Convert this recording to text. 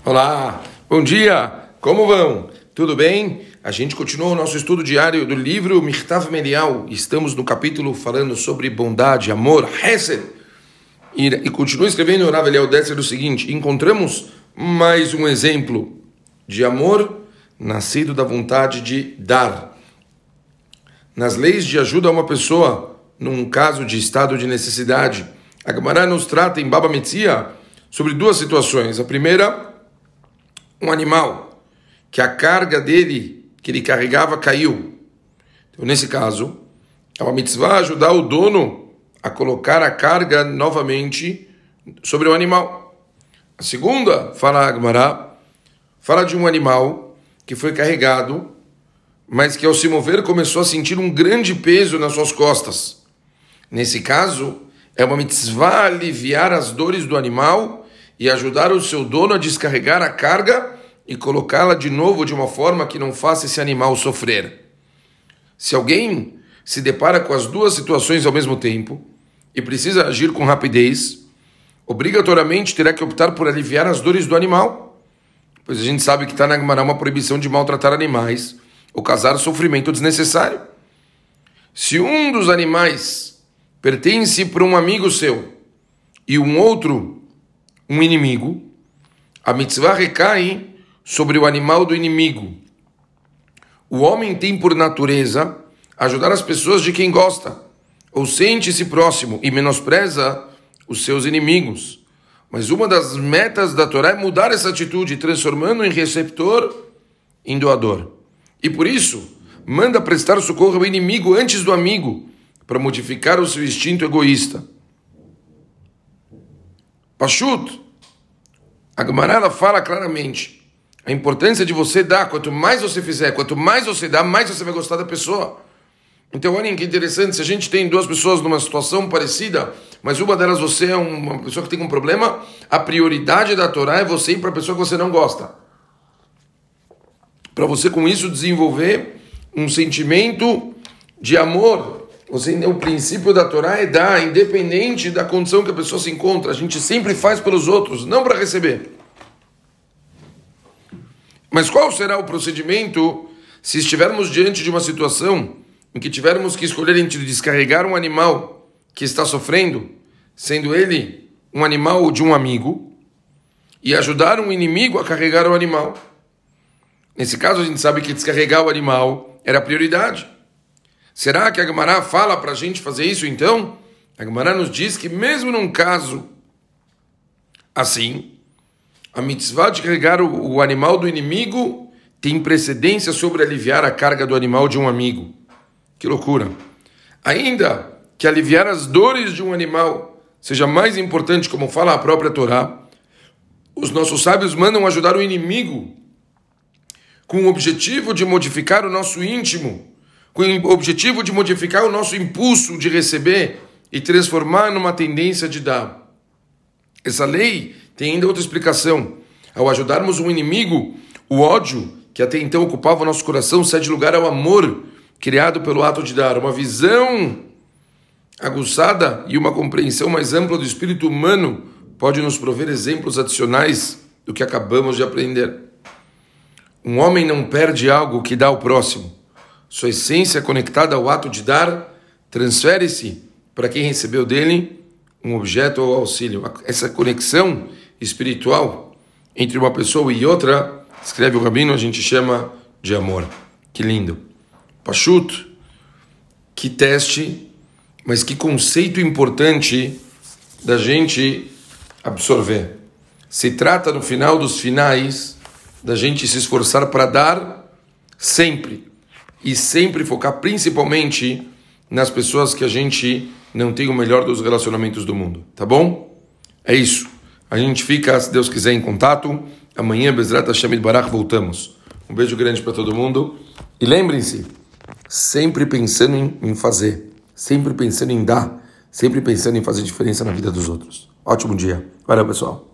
Olá, bom dia, como vão? Tudo bem? A gente continua o nosso estudo diário do livro Michtav Melial. Estamos no capítulo falando sobre bondade, amor, Hesed. E continua escrevendo o Rav Eliel Dessler o seguinte: encontramos mais um exemplo de amor nascido da vontade de dar. Nas leis de ajuda a uma pessoa, num caso de estado de necessidade, a Gemara nos trata em Baba Metzia sobre duas situações. A primeira, um animal que a carga dele, que ele carregava, caiu. Então, nesse caso, é uma mitzvah ajudar o dono a colocar a carga novamente sobre o animal. A segunda, fala a Gemara, fala de um animal que foi carregado, mas que ao se mover começou a sentir um grande peso nas suas costas. Nesse caso, é uma mitzvah aliviar as dores do animal e ajudar o seu dono a descarregar a carga e colocá-la de novo de uma forma que não faça esse animal sofrer. Se alguém se depara com as duas situações ao mesmo tempo e precisa agir com rapidez, obrigatoriamente terá que optar por aliviar as dores do animal, pois a gente sabe que está na Gemara uma proibição de maltratar animais ou causar sofrimento desnecessário. Se um dos animais pertence para um amigo seu e um outro um inimigo, a mitzvah recai sobre o animal do inimigo. O homem tem por natureza ajudar as pessoas de quem gosta, ou sente-se próximo e menospreza os seus inimigos. Mas uma das metas da Torá é mudar essa atitude, transformando em receptor em doador. E por isso, manda prestar socorro ao inimigo antes do amigo, para modificar o seu instinto egoísta. Pashut, a Gemara fala claramente a importância de você dar. Quanto mais você fizer, quanto mais você dá, mais você vai gostar da pessoa. Então, olhem que interessante, se a gente tem duas pessoas numa situação parecida, mas uma delas você é uma pessoa que tem um problema, a prioridade da Torá é você ir para a pessoa que você não gosta. Para você, com isso, desenvolver um sentimento de amor. O princípio da Torá é dar, independente da condição que a pessoa se encontra. A gente sempre faz pelos outros, não para receber. Mas qual será o procedimento se estivermos diante de uma situação em que tivermos que escolher entre descarregar um animal que está sofrendo, sendo ele um animal de um amigo, e ajudar um inimigo a carregar o animal? Nesse caso, a gente sabe que descarregar o animal era a prioridade. Será que a Gemara fala para a gente fazer isso então? A Gemara nos diz que mesmo num caso assim, a mitzvah de carregar o animal do inimigo tem precedência sobre aliviar a carga do animal de um amigo. Que loucura! Ainda que aliviar as dores de um animal seja mais importante, como fala a própria Torá, os nossos sábios mandam ajudar o inimigo com o objetivo de modificar o nosso íntimo, com o objetivo de modificar o nosso impulso de receber e transformar numa tendência de dar. Essa lei tem ainda outra explicação. Ao ajudarmos um inimigo, o ódio que até então ocupava o nosso coração cede lugar ao amor criado pelo ato de dar. Uma visão aguçada e uma compreensão mais ampla do espírito humano pode nos prover exemplos adicionais do que acabamos de aprender. Um homem não perde algo que dá ao próximo. Sua essência conectada ao ato de dar transfere-se para quem recebeu dele um objeto ou auxílio. Essa conexão espiritual entre uma pessoa e outra, escreve o Rabino, a gente chama de amor. Que lindo. Pashut, que teste, mas que conceito importante da gente absorver. Se trata, no final dos finais, da gente se esforçar para dar sempre. E sempre focar principalmente nas pessoas que a gente não tem o melhor dos relacionamentos do mundo. Tá bom? É isso. A gente fica, se Deus quiser, em contato. Amanhã, Bezrat Hashem Barach, voltamos. Um beijo grande para todo mundo. E lembrem-se, sempre pensando em fazer, sempre pensando em dar, sempre pensando em fazer diferença na vida dos outros. Ótimo dia. Valeu, pessoal.